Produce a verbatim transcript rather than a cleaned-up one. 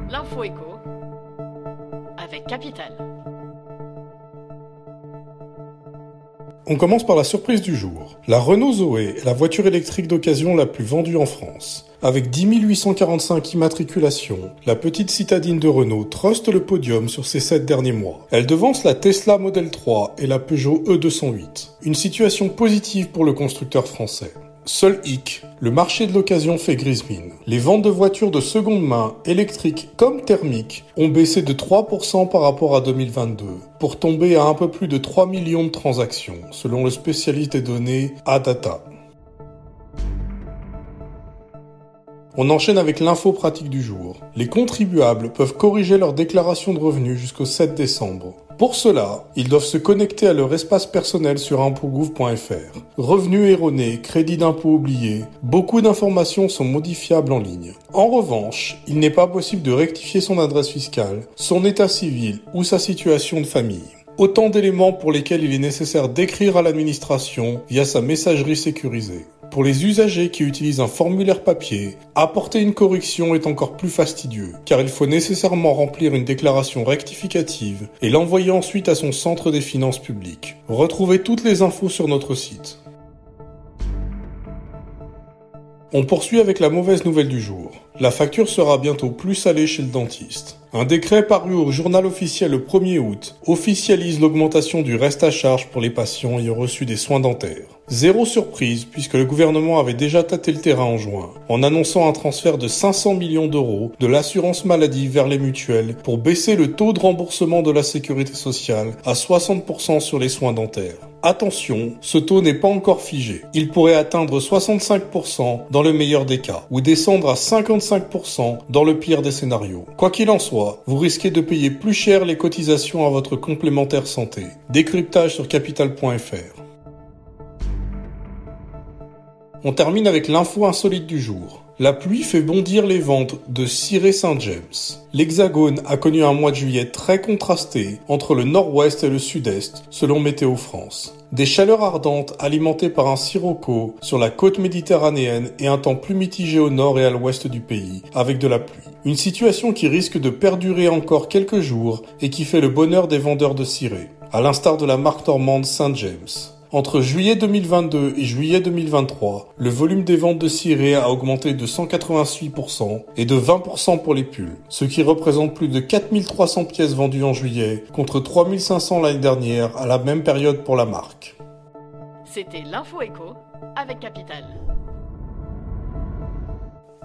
L'info éco avec Capital. On commence par la surprise du jour. La Renault Zoé est la voiture électrique d'occasion la plus vendue en France. Avec dix mille huit cent quarante-cinq immatriculations, la petite citadine de Renault truste le podium sur ces sept derniers mois. Elle devance la Tesla Model trois et la Peugeot E deux cent huit. Une situation positive pour le constructeur français. Seul hic, le marché de l'occasion fait grise mine. Les ventes de voitures de seconde main, électriques comme thermiques, ont baissé de trois pour cent par rapport à deux mille vingt-deux, pour tomber à un peu plus de trois millions de transactions, selon le spécialiste des données Adata. On enchaîne avec l'info pratique du jour. Les contribuables peuvent corriger leur déclaration de revenus jusqu'au sept décembre. Pour cela, ils doivent se connecter à leur espace personnel sur impôts gouv point f r. Revenus erronés, crédits d'impôt oubliés, beaucoup d'informations sont modifiables en ligne. En revanche, il n'est pas possible de rectifier son adresse fiscale, son état civil ou sa situation de famille. Autant d'éléments pour lesquels il est nécessaire d'écrire à l'administration via sa messagerie sécurisée. Pour les usagers qui utilisent un formulaire papier, apporter une correction est encore plus fastidieux, car il faut nécessairement remplir une déclaration rectificative et l'envoyer ensuite à son centre des finances publiques. Retrouvez toutes les infos sur notre site. On poursuit avec la mauvaise nouvelle du jour. La facture sera bientôt plus salée chez le dentiste. Un décret paru au journal officiel le premier août officialise l'augmentation du reste à charge pour les patients ayant reçu des soins dentaires. Zéro surprise puisque le gouvernement avait déjà tâté le terrain en juin, en annonçant un transfert de cinq cents millions d'euros de l'assurance maladie vers les mutuelles pour baisser le taux de remboursement de la sécurité sociale à soixante pour cent sur les soins dentaires. Attention, ce taux n'est pas encore figé. Il pourrait atteindre soixante-cinq pour cent dans le meilleur des cas, ou descendre à cinquante-cinq pour cent dans le pire des scénarios. Quoi qu'il en soit, vous risquez de payer plus cher les cotisations à votre complémentaire santé. Décryptage sur capital point f r. On termine avec l'info insolite du jour. La pluie fait bondir les ventes de ciré Saint-James. L'Hexagone a connu un mois de juillet très contrasté entre le nord-ouest et le sud-est, selon Météo France. Des chaleurs ardentes alimentées par un sirocco sur la côte méditerranéenne et un temps plus mitigé au nord et à l'ouest du pays, avec de la pluie. Une situation qui risque de perdurer encore quelques jours et qui fait le bonheur des vendeurs de ciré, à l'instar de la marque normande Saint-James. Entre juillet deux mille vingt-deux et juillet deux mille vingt-trois, le volume des ventes de ciré a augmenté de cent quatre-vingt-huit pour cent et de vingt pour cent pour les pulls, ce qui représente plus de quatre mille trois cents pièces vendues en juillet, contre trois mille cinq cents l'année dernière à la même période pour la marque. C'était l'info éco avec Capital.